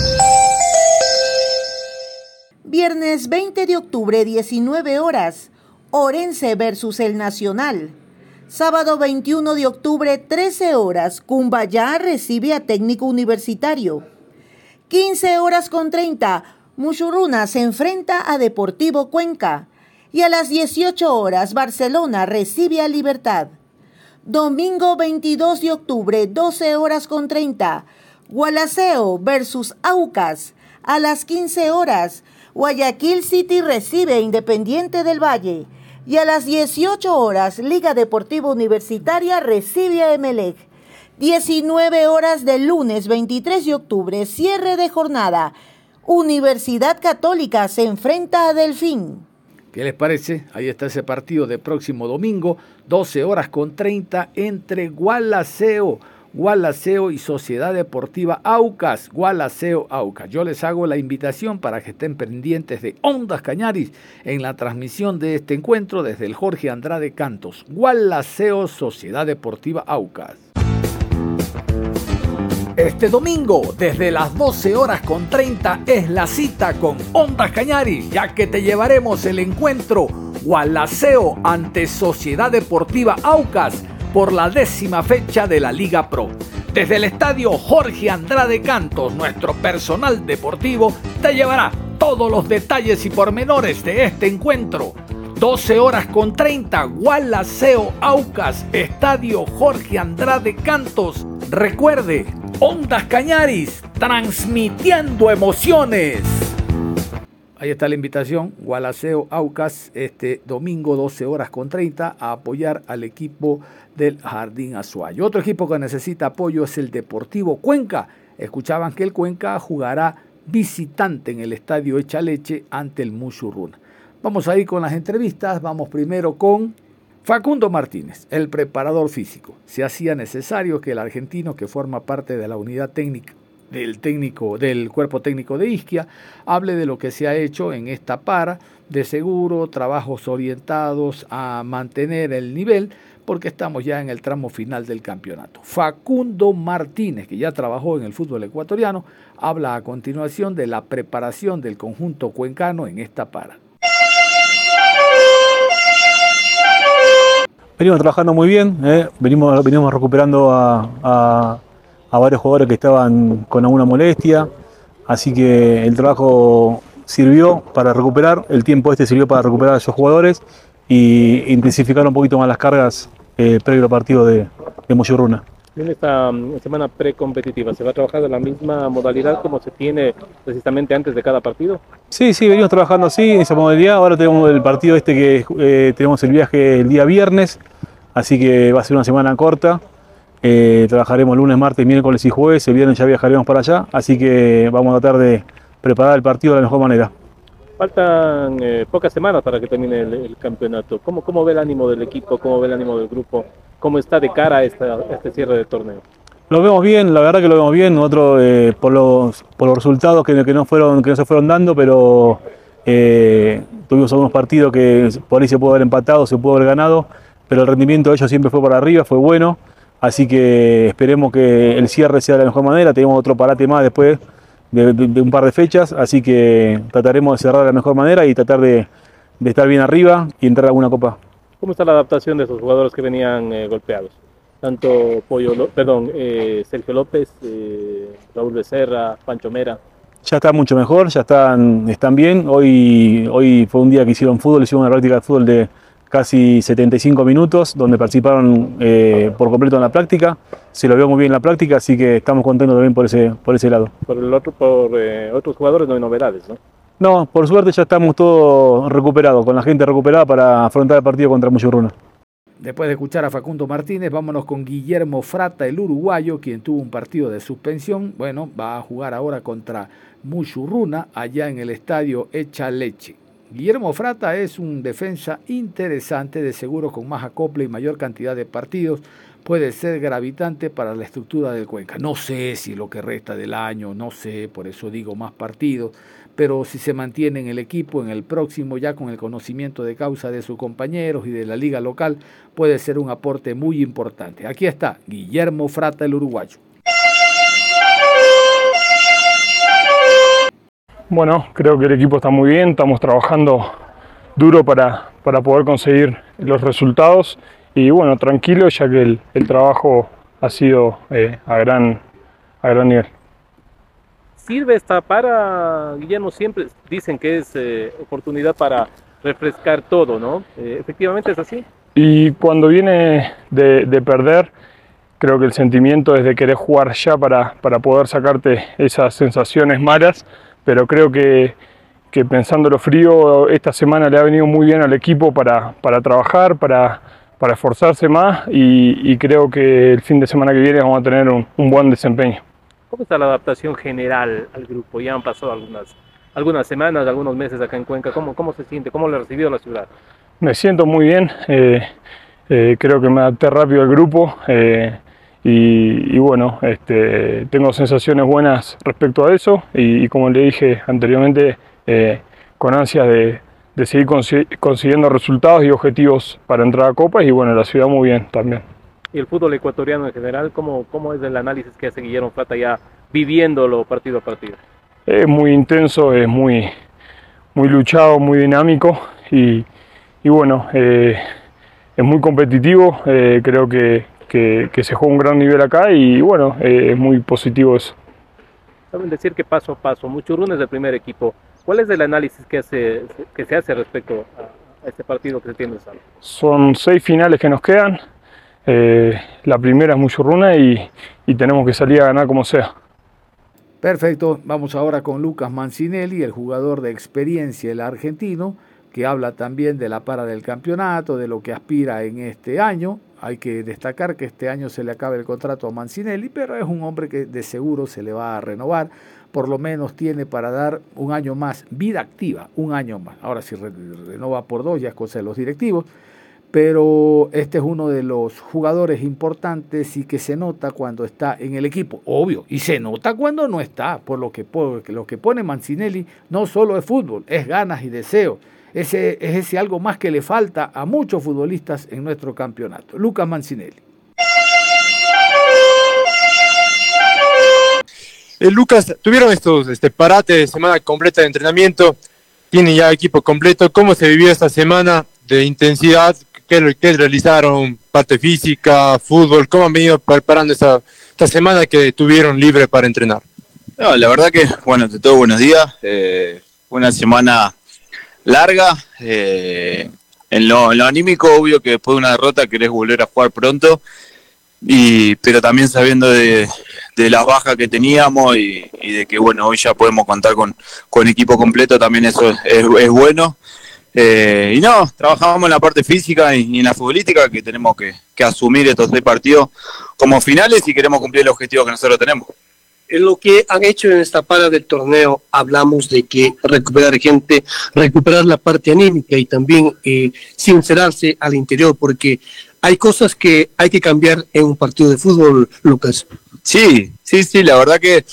Viernes veinte de octubre, diecinueve horas, Orense versus el Nacional. Sábado veintiuno de octubre, trece horas, Cumbayá recibe a Técnico Universitario. quince horas con treinta, Muchurruna se enfrenta a Deportivo Cuenca. Y a las dieciocho horas, Barcelona recibe a Libertad. Domingo veintidós de octubre, doce horas con treinta, Gualaceo versus Aucas. A las quince horas, Guayaquil City recibe a Independiente del Valle. Y a las dieciocho horas, Liga Deportiva Universitaria recibe a Emelec. diecinueve horas del lunes veintitrés de octubre, cierre de jornada. Universidad Católica se enfrenta a Delfín. ¿Qué les parece? Ahí está ese partido de próximo domingo, doce horas con treinta, entre Gualaceo, Gualaceo y Sociedad Deportiva Aucas, Gualaceo Aucas. Yo les hago la invitación para que estén pendientes de Ondas Cañaris en la transmisión de este encuentro desde el Jorge Andrade Cantos, Gualaceo Sociedad Deportiva Aucas. Este domingo, desde las doce horas con treinta, es la cita con Ondas Cañaris, ya que te llevaremos el encuentro Gualaceo ante Sociedad Deportiva Aucas por la décima fecha de la Liga Pro. Desde el estadio Jorge Andrade Cantos, nuestro personal deportivo te llevará todos los detalles y pormenores de este encuentro. doce horas con treinta, Gualaceo Aucas, estadio Jorge Andrade Cantos. Recuerde, Ondas Cañaris, transmitiendo emociones. Ahí está la invitación, Gualaceo Aucas, este domingo doce horas con treinta, a apoyar al equipo del Jardín Azuayo. Otro equipo que necesita apoyo es el Deportivo Cuenca, escuchaban que el Cuenca jugará visitante en el estadio Echaleche ante el Mushurruna. Vamos a ir con las entrevistas. Vamos primero con Facundo Martínez, el preparador físico. Se hacía necesario que el argentino, que forma parte de la unidad técnica del técnico del cuerpo técnico de Ischia, hable de lo que se ha hecho en esta para, de seguro, trabajos orientados a mantener el nivel, porque estamos ya en el tramo final del campeonato. Facundo Martínez, que ya trabajó en el fútbol ecuatoriano, habla a continuación de la preparación del conjunto cuencano en esta para. Venimos trabajando muy bien, ¿eh? venimos, venimos recuperando a, a, a varios jugadores que estaban con alguna molestia, así que el trabajo sirvió para recuperar, el tiempo este sirvió para recuperar a esos jugadores y intensificar un poquito más las cargas eh, previo al partido de, de Mushurruna. En esta semana precompetitiva, ¿se va a trabajar de la misma modalidad como se tiene precisamente antes de cada partido? Sí, sí, venimos trabajando así, en esa modalidad. Ahora tenemos el partido este que eh, tenemos el viaje el día viernes, así que va a ser una semana corta. Eh, trabajaremos lunes, martes, miércoles y jueves, el viernes ya viajaremos para allá, así que vamos a tratar de preparar el partido de la mejor manera. Faltan eh, pocas semanas para que termine el, el campeonato. ¿Cómo, ¿Cómo ve el ánimo del equipo? ¿Cómo ve el ánimo del grupo? ¿Cómo está de cara a, esta, a este cierre de torneo? Lo vemos bien, la verdad que lo vemos bien. Nosotros eh, por, los, por los resultados que, que, no fueron, que no se fueron dando, pero eh, tuvimos algunos partidos que por ahí se pudo haber empatado, se pudo haber ganado, pero el rendimiento de ellos siempre fue para arriba, fue bueno. Así que esperemos que el cierre sea de la mejor manera. Tenemos otro parate más después de, de, de un par de fechas, así que trataremos de cerrar de la mejor manera y tratar de, de estar bien arriba y entrar a alguna copa. ¿Cómo está la adaptación de esos jugadores que venían eh, golpeados? Tanto Pollo, perdón, eh, Sergio López, eh, Raúl Becerra, Pancho Mera. Ya está mucho mejor, ya están, están bien. Hoy, hoy fue un día que hicieron fútbol, hicieron una práctica de fútbol de casi setenta y cinco minutos, donde participaron eh, por completo en la práctica. Se lo vio muy bien en la práctica, así que estamos contentos también por ese, por ese lado. Por, el otro, por eh, otros jugadores no hay novedades, ¿no? No, por suerte ya estamos todos recuperados, con la gente recuperada para afrontar el partido contra Mushurruna. Después de escuchar a Facundo Martínez, vámonos con Guillermo Frata, el uruguayo, quien tuvo un partido de suspensión. Bueno, va a jugar ahora contra Mushurruna, allá en el estadio Echaleche. Guillermo Frata es un defensa interesante, de seguro con más acople y mayor cantidad de partidos. Puede ser gravitante para la estructura del Cuenca. No sé si lo que resta del año, no sé, por eso digo más partidos. Pero si se mantiene en el equipo, en el próximo, ya con el conocimiento de causa de sus compañeros y de la liga local, puede ser un aporte muy importante. Aquí está Guillermo Frata, el uruguayo. Bueno, creo que el equipo está muy bien, estamos trabajando duro para, para poder conseguir los resultados y bueno, tranquilo ya que el, el trabajo ha sido eh, a, gran, a gran nivel. ¿Sirve esta para, Guillermo? Siempre dicen que es eh, oportunidad para refrescar todo, ¿no? Eh, ¿Efectivamente es así? Y cuando viene de, de perder, creo que el sentimiento es de querer jugar ya para, para poder sacarte esas sensaciones malas, pero creo que, que pensándolo frío, esta semana le ha venido muy bien al equipo para, para trabajar, para, para esforzarse más y, y creo que el fin de semana que viene vamos a tener un, un buen desempeño. ¿Cómo está la adaptación general al grupo? Ya han pasado algunas, algunas semanas, algunos meses acá en Cuenca. ¿Cómo, cómo se siente? ¿Cómo le ha recibido la ciudad? Me siento muy bien. Eh, eh, creo que me adapté rápido al grupo eh, y, y bueno, este, tengo sensaciones buenas respecto a eso y, y como le dije anteriormente, eh, con ansias de, de seguir consi consiguiendo resultados y objetivos para entrar a copas y bueno, la ciudad muy bien también. Y el fútbol ecuatoriano en general, ¿cómo, cómo es el análisis que hace Guillermo Frata ya viviéndolo partido a partido? Es muy intenso, es muy, muy luchado, muy dinámico y, y bueno, eh, es muy competitivo, eh, creo que, que, que se juega un gran nivel acá y bueno, eh, es muy positivo eso. Saben decir que paso a paso, Mushurruna es el primer equipo. ¿Cuál es el análisis que, hace, que se hace respecto a, a este partido que se tiene en sala? Son seis finales que nos quedan. Eh, la primera es Mushurruna y, y tenemos que salir a ganar como sea. Perfecto, vamos ahora con Lucas Mancinelli, el jugador de experiencia, el argentino, que habla también de la para del campeonato, de lo que aspira en este año. hay que destacar que este año se le acaba el contrato a Mancinelli, pero es un hombre que de seguro se le va a renovar, por lo menos tiene para dar un año más, vida activa, un año más. Ahora si re renova por dos ya es cosa de los directivos, pero este es uno de los jugadores importantes y que se nota cuando está en el equipo, obvio, y se nota cuando no está, por lo que, por lo que pone Mancinelli no solo es fútbol, es ganas y deseo. Ese, es ese algo más que le falta a muchos futbolistas en nuestro campeonato. Lucas Mancinelli. Eh, Lucas, tuvieron estos este, parates de semana completa de entrenamiento, tienen ya equipo completo. ¿Cómo se vivió esta semana de intensidad? ¿Qué, qué realizaron? ¿Parte física, fútbol? ¿Cómo han venido preparando esta, esta semana que tuvieron libre para entrenar? No, la verdad que, bueno, ante todo, buenos días. Eh, una semana larga, eh, en, lo, en lo anímico, obvio que después de una derrota querés volver a jugar pronto, y pero también sabiendo de, de las bajas que teníamos y, y de que bueno, hoy ya podemos contar con, con equipo completo, también eso es, es, es bueno. Eh, y no, trabajamos en la parte física y, y en la futbolística, que tenemos que, que asumir estos tres partidos como finales si queremos cumplir el objetivo que nosotros tenemos. En lo que han hecho en esta para del torneo, hablamos de que recuperar gente, recuperar la parte anímica y también eh, sincerarse al interior, porque hay cosas que hay que cambiar en un partido de fútbol, Lucas. Sí, sí, sí, la verdad que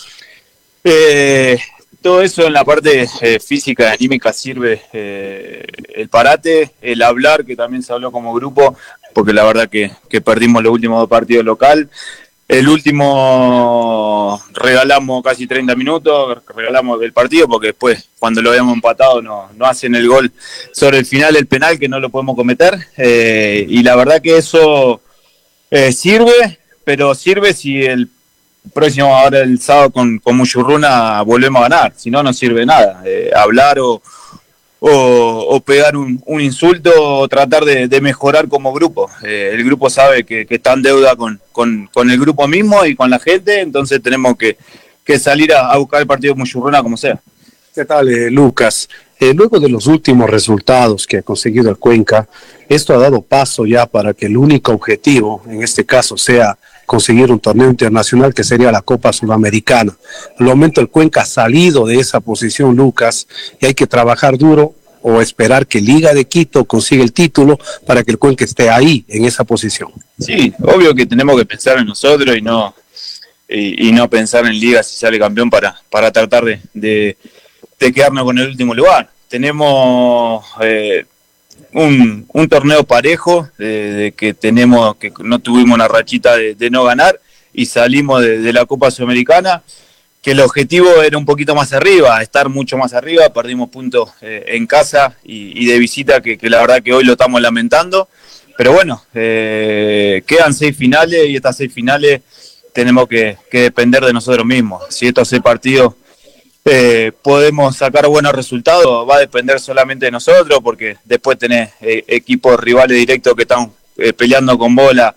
eh, todo eso en la parte eh, física y anímica sirve, eh, el parate, el hablar, que también se habló como grupo, porque la verdad que, que perdimos los últimos dos partidos local. El último regalamos casi treinta minutos, regalamos del partido, porque después, cuando lo habíamos empatado, no, no hacen el gol sobre el final, el penal, que no lo podemos cometer. Eh, y la verdad que eso eh, sirve, pero sirve si el próximo, ahora el sábado con, con Muchurruna, volvemos a ganar. Si no, no sirve nada. Eh, hablar o... O, o pegar un, un insulto o tratar de, de mejorar como grupo. Eh, el grupo sabe que, que está en deuda con, con, con el grupo mismo y con la gente, entonces tenemos que, que salir a, a buscar el partido de Muchurruna como sea. ¿Qué tal, eh, Lucas? Eh, luego de los últimos resultados que ha conseguido el Cuenca, esto ha dado paso ya para que el único objetivo, en este caso, sea conseguir un torneo internacional que sería la Copa Sudamericana. Al momento el Cuenca ha salido de esa posición, Lucas, y hay que trabajar duro o esperar que Liga de Quito consiga el título para que el Cuenca esté ahí, en esa posición. Sí, obvio que tenemos que pensar en nosotros y no y, y no pensar en Liga si sale campeón para, para tratar de, de, de quedarnos con el último lugar. Tenemos... Eh, Un, un torneo parejo, de, de que tenemos que no tuvimos una rachita de, de no ganar y salimos de, de la Copa Sudamericana, que el objetivo era un poquito más arriba, estar mucho más arriba. Perdimos puntos eh, en casa y, y de visita, que, que la verdad que hoy lo estamos lamentando, pero bueno, eh, quedan seis finales y estas seis finales tenemos que, que depender de nosotros mismos. Si estos seis partidos Eh, podemos sacar buenos resultados, va a depender solamente de nosotros, porque después tenés eh, equipos rivales directos que están eh, peleando con vos la,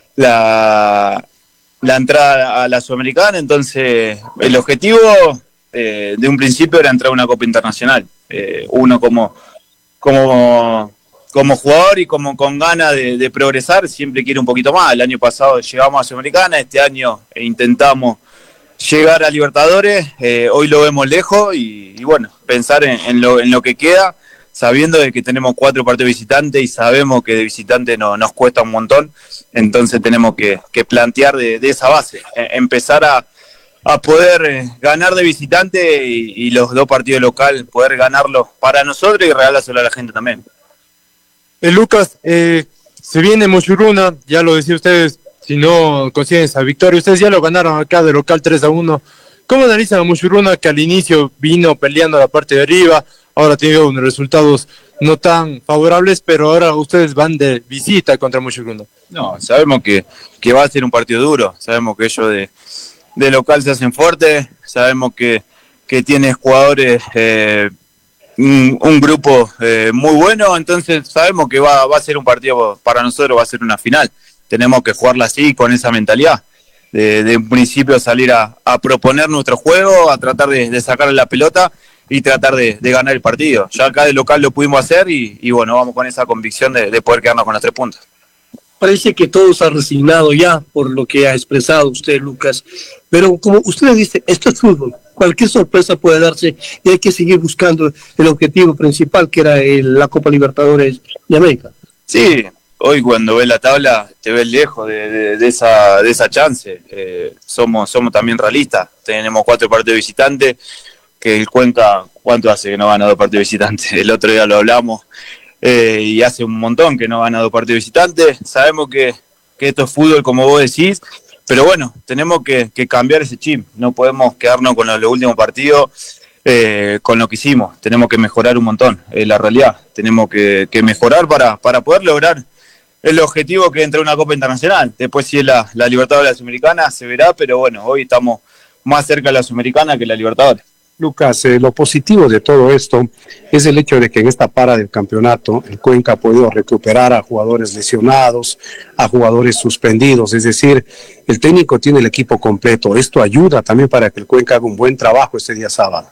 la, la entrada a la Sudamericana. Entonces el objetivo eh, de un principio era entrar a una Copa Internacional, eh, uno como, como, como jugador y como con ganas de, de progresar siempre quiere un poquito más. El año pasado llegamos a Sudamericana, este año intentamos llegar a Libertadores, eh, hoy lo vemos lejos y, y bueno, pensar en, en, lo, en lo que queda, sabiendo de que tenemos cuatro partidos visitantes y sabemos que de visitante no, nos cuesta un montón, entonces tenemos que, que plantear de, de esa base, eh, empezar a, a poder eh, ganar de visitante y, y los dos partidos local poder ganarlos para nosotros y regalárselo a la gente también. Eh, Lucas, eh, se viene Muchurruna, ya lo decían ustedes, si no consiguen esa victoria, ustedes ya lo ganaron acá de local tres a uno. ¿Cómo analizan a Muchurruna, que al inicio vino peleando la parte de arriba, ahora tiene unos resultados no tan favorables, pero ahora ustedes van de visita contra Muchurruna? No, sabemos que, que va a ser un partido duro, sabemos que ellos de, de local se hacen fuertes, sabemos que, que tiene jugadores, eh, un, un grupo eh, muy bueno, entonces sabemos que va, va a ser un partido, para nosotros va a ser una final. Tenemos que jugarla así, con esa mentalidad, de, de un principio salir a, a proponer nuestro juego, a tratar de, de sacarle la pelota y tratar de, de ganar el partido. Ya acá de local lo pudimos hacer y, y bueno, vamos con esa convicción de, de poder quedarnos con los tres puntos. parece que todo se ha resignado ya por lo que ha expresado usted, Lucas. Pero como usted dice, esto es fútbol. Cualquier sorpresa puede darse y hay que seguir buscando el objetivo principal, que era el, la Copa Libertadores de América. Sí, hoy cuando ves la tabla te ves lejos de, de, de, esa, de esa chance. Eh, somos, somos también realistas. Tenemos cuatro partidos visitantes, que el Cuenca, ¿cuánto hace que no gana dos partidos visitantes? El otro día lo hablamos. Eh, y hace un montón que no gana dos partidos visitantes. Sabemos que, que esto es fútbol, como vos decís, pero bueno, tenemos que, que cambiar ese chip. No podemos quedarnos con los, los últimos partidos, eh, con lo que hicimos. Tenemos que mejorar un montón, es la realidad. Tenemos que, que mejorar para, para poder lograr el objetivo que entra una Copa Internacional. Después si es la, la Libertadores de la Sudamericana se verá, pero bueno, hoy estamos más cerca de la Sudamericana que la Libertadores. Lucas, eh, lo positivo de todo esto es el hecho de que en esta para del campeonato el Cuenca ha podido recuperar a jugadores lesionados, a jugadores suspendidos, es decir, el técnico tiene el equipo completo. Esto ayuda también para que el Cuenca haga un buen trabajo este día sábado.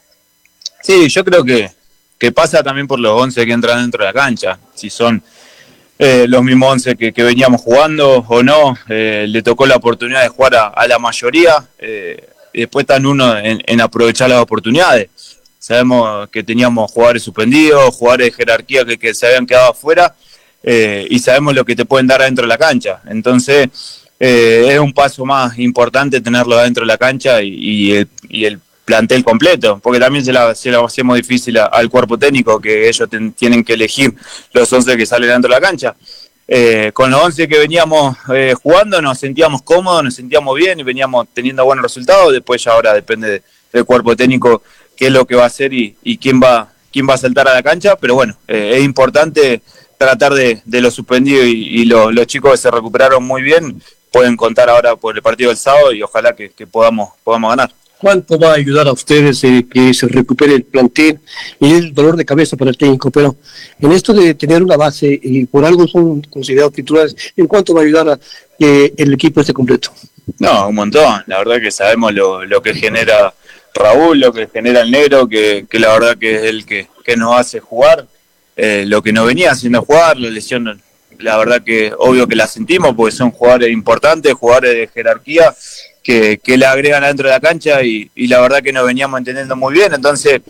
Sí, yo creo que, que pasa también por los once que entran dentro de la cancha, si son eh, los mismos once que, que veníamos jugando o no, eh, le tocó la oportunidad de jugar a, a la mayoría, eh, y después están uno en, en aprovechar las oportunidades. Sabemos que teníamos jugadores suspendidos, jugadores de jerarquía que, que se habían quedado afuera, eh, y sabemos lo que te pueden dar adentro de la cancha. Entonces eh, es un paso más importante tenerlo adentro de la cancha y, y, el, y el plantel completo, porque también se la, se la hacemos difícil a, al cuerpo técnico, que ellos ten, tienen que elegir los once que salen dentro de la cancha. Eh, con los once que veníamos eh, jugando nos sentíamos cómodos, nos sentíamos bien y veníamos teniendo buenos resultados. Después ya ahora depende de, del cuerpo técnico qué es lo que va a hacer y, y quién va quién va a saltar a la cancha, pero bueno, eh, es importante tratar de, de los suspendidos y, y lo, los chicos que se recuperaron muy bien pueden contar ahora por el partido del sábado y ojalá que, que podamos, podamos ganar. ¿Cuánto va a ayudar a ustedes eh, que se recupere el plantel y el dolor de cabeza para el técnico? Pero en esto de tener una base y por algo son considerados titulares, ¿en cuánto va a ayudar a que el equipo esté completo? No, un montón. La verdad que sabemos lo, lo que genera Raúl, lo que genera el negro, que, que la verdad que es el que, que nos hace jugar, eh, lo que nos venía haciendo jugar, la lesión, la verdad que obvio que la sentimos porque son jugadores importantes, jugadores de jerarquía, Que, que le agregan adentro de la cancha y, y la verdad que nos veníamos entendiendo muy bien, entonces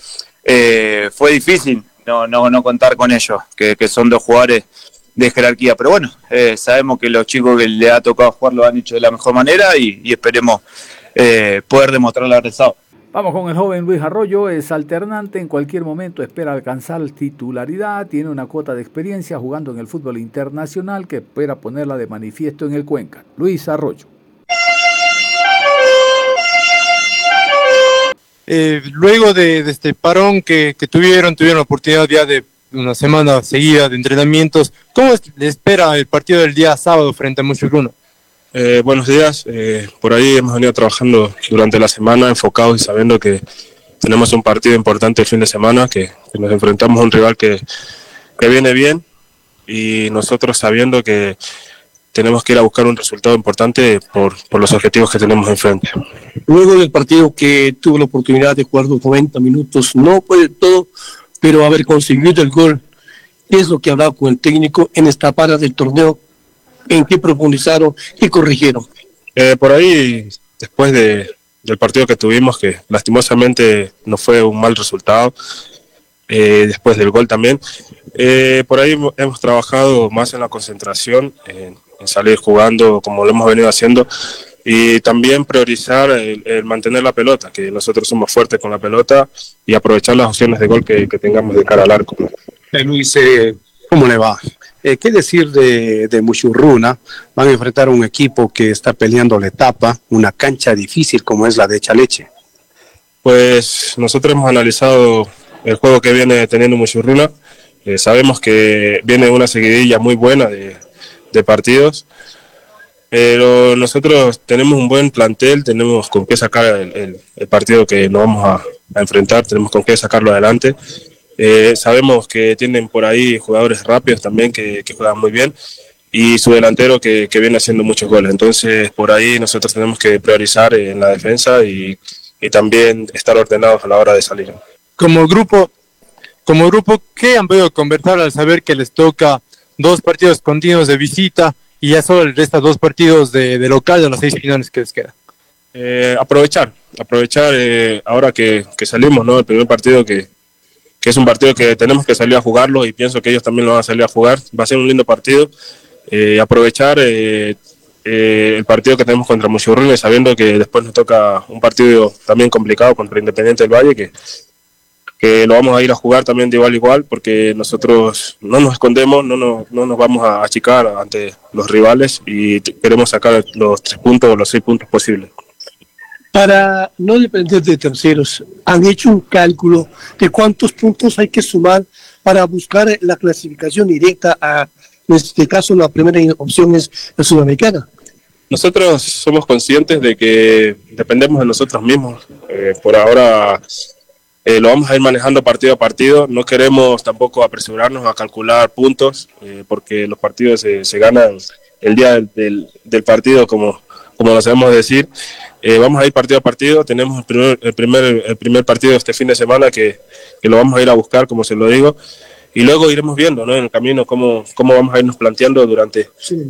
eh, fue difícil no, no, no contar con ellos, que, que son dos jugadores de jerarquía, pero bueno, eh, sabemos que los chicos que le ha tocado jugar lo han hecho de la mejor manera y, y esperemos eh, poder demostrarlo al sábado. Vamos con el joven Luis Arroyo, es alternante, en cualquier momento espera alcanzar titularidad, tiene una cuota de experiencia jugando en el fútbol internacional que espera ponerla de manifiesto en el Cuenca. Luis Arroyo. Eh, luego de, de este parón que, que tuvieron, tuvieron la oportunidad ya de una semana seguida de entrenamientos, ¿cómo es, le espera el partido del día sábado frente a Muchurruna? Eh, buenos días, eh, por ahí hemos venido trabajando durante la semana enfocados y sabiendo que tenemos un partido importante el fin de semana, que, que nos enfrentamos a un rival que, que viene bien y nosotros sabiendo que tenemos que ir a buscar un resultado importante por, por los objetivos que tenemos enfrente. Luego del partido que tuvo la oportunidad de jugar los noventa minutos, no fue todo, pero haber conseguido el gol, ¿qué es lo que hablaba con el técnico en esta para del torneo? ¿En qué profundizaron y corrigieron? Eh, por ahí, después de, del partido que tuvimos, que lastimosamente no fue un mal resultado, eh, después del gol también, eh, por ahí hemos trabajado más en la concentración, en, en salir jugando como lo hemos venido haciendo, y también priorizar el, el mantener la pelota, que nosotros somos fuertes con la pelota, y aprovechar las opciones de gol que, que tengamos de cara al arco. Eh, Luis, eh, ¿cómo le va? Eh, ¿Qué decir de, de Muchurruna? Van a enfrentar a un equipo que está peleando la etapa, una cancha difícil como es la de Chaleche. Pues nosotros hemos analizado el juego que viene teniendo Muchurruna. Eh, sabemos que viene una seguidilla muy buena de, de partidos, pero nosotros tenemos un buen plantel, tenemos con qué sacar el, el, el partido que nos vamos a, a enfrentar, tenemos con qué sacarlo adelante. Eh, sabemos que tienen por ahí jugadores rápidos también que, que juegan muy bien y su delantero que, que viene haciendo muchos goles. Entonces por ahí nosotros tenemos que priorizar en la defensa y, y también estar ordenados a la hora de salir. Como grupo, como grupo, ¿qué han podido conversar al saber que les toca dos partidos continuos de visita y ya solo les restan dos partidos de, de local de los seis finales que les quedan. Eh, aprovechar, aprovechar eh, ahora que, que salimos, ¿no? El primer partido que, que es un partido que tenemos que salir a jugarlo y pienso que ellos también lo van a salir a jugar. Va a ser un lindo partido. Eh, aprovechar eh, eh, el partido que tenemos contra Muchurruna, sabiendo que después nos toca un partido también complicado contra Independiente del Valle, que, que lo vamos a ir a jugar también de igual a igual, porque nosotros no nos escondemos, no nos, no nos vamos a achicar ante los rivales y t- queremos sacar los tres puntos o los seis puntos posibles. Para no depender de terceros, ¿han hecho un cálculo de cuántos puntos hay que sumar para buscar la clasificación directa a, en este caso, la primera opción es la sudamericana? Nosotros somos conscientes de que dependemos de nosotros mismos. Eh, por ahora eh, lo vamos a ir manejando partido a partido. No queremos tampoco apresurarnos a calcular puntos, eh, porque los partidos se, se ganan el día del, del, del partido, como, como lo sabemos decir. Eh, vamos a ir partido a partido. Tenemos el primer, el primer, el primer partido este fin de semana que, que lo vamos a ir a buscar, como se lo digo. Y luego iremos viendo, ¿no? En el camino cómo, cómo vamos a irnos planteando durante,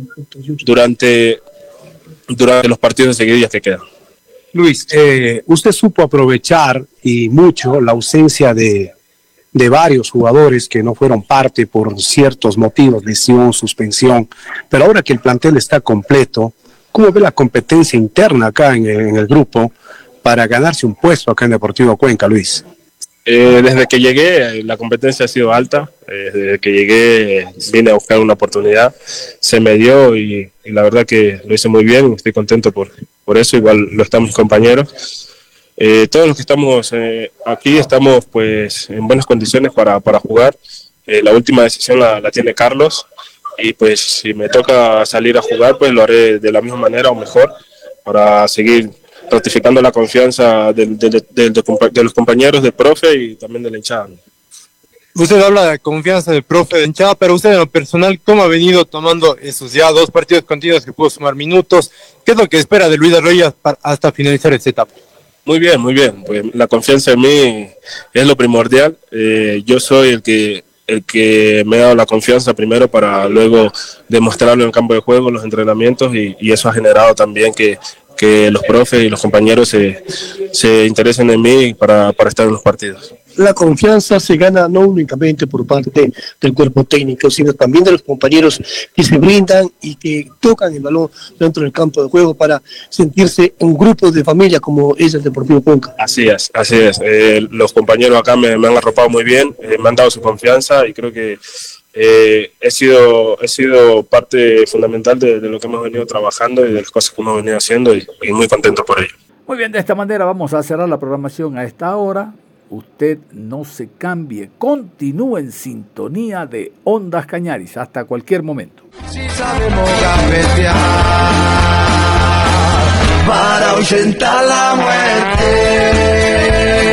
durante, durante los partidos de seguidillas que quedan. Luis, eh, usted supo aprovechar y mucho la ausencia de, de varios jugadores que no fueron parte por ciertos motivos, lesión, suspensión, pero ahora que el plantel está completo, ¿cómo ve la competencia interna acá en, en el grupo para ganarse un puesto acá en Deportivo Cuenca, Luis? Eh, desde que llegué la competencia ha sido alta, eh, desde que llegué vine a buscar una oportunidad, se me dio y, y la verdad que lo hice muy bien, estoy contento por, por eso, igual lo están mis compañeros. Eh, todos los que estamos eh, aquí estamos pues en buenas condiciones para, para jugar. Eh, la última decisión la, la tiene Carlos y pues si me toca salir a jugar pues lo haré de la misma manera o mejor para seguir ratificando la confianza de, de, de, de, de los compañeros, del profe y también de la hinchada. Usted habla de confianza del profe, de hinchada, pero usted en lo personal, ¿cómo ha venido tomando esos ya dos partidos continuos que pudo sumar minutos? ¿Qué es lo que espera de Luis Arroyas hasta finalizar esta etapa? Muy bien, muy bien. Pues la confianza en mí es lo primordial. Eh, yo soy el que el que me ha dado la confianza primero para luego demostrarlo en el campo de juego, en los entrenamientos y, y eso ha generado también que que los profes y los compañeros se, se interesen en mí para, para estar en los partidos. La confianza se gana no únicamente por parte del cuerpo técnico, sino también de los compañeros que se brindan y que tocan el balón dentro del campo de juego para sentirse un grupo de familia como es el Deportivo Cuenca. Así es, así es. Eh, los compañeros acá me, me han arropado muy bien, eh, me han dado su confianza y creo que Eh, he sido he sido parte fundamental de, de lo que hemos venido trabajando y de las cosas que hemos venido haciendo y, y muy contento por ello. Muy bien, de esta manera vamos a cerrar la programación a esta hora. Usted no se cambie, continúe en sintonía de Ondas Cañaris hasta cualquier momento. Si sabemos gambetear para ahuyentar la muerte.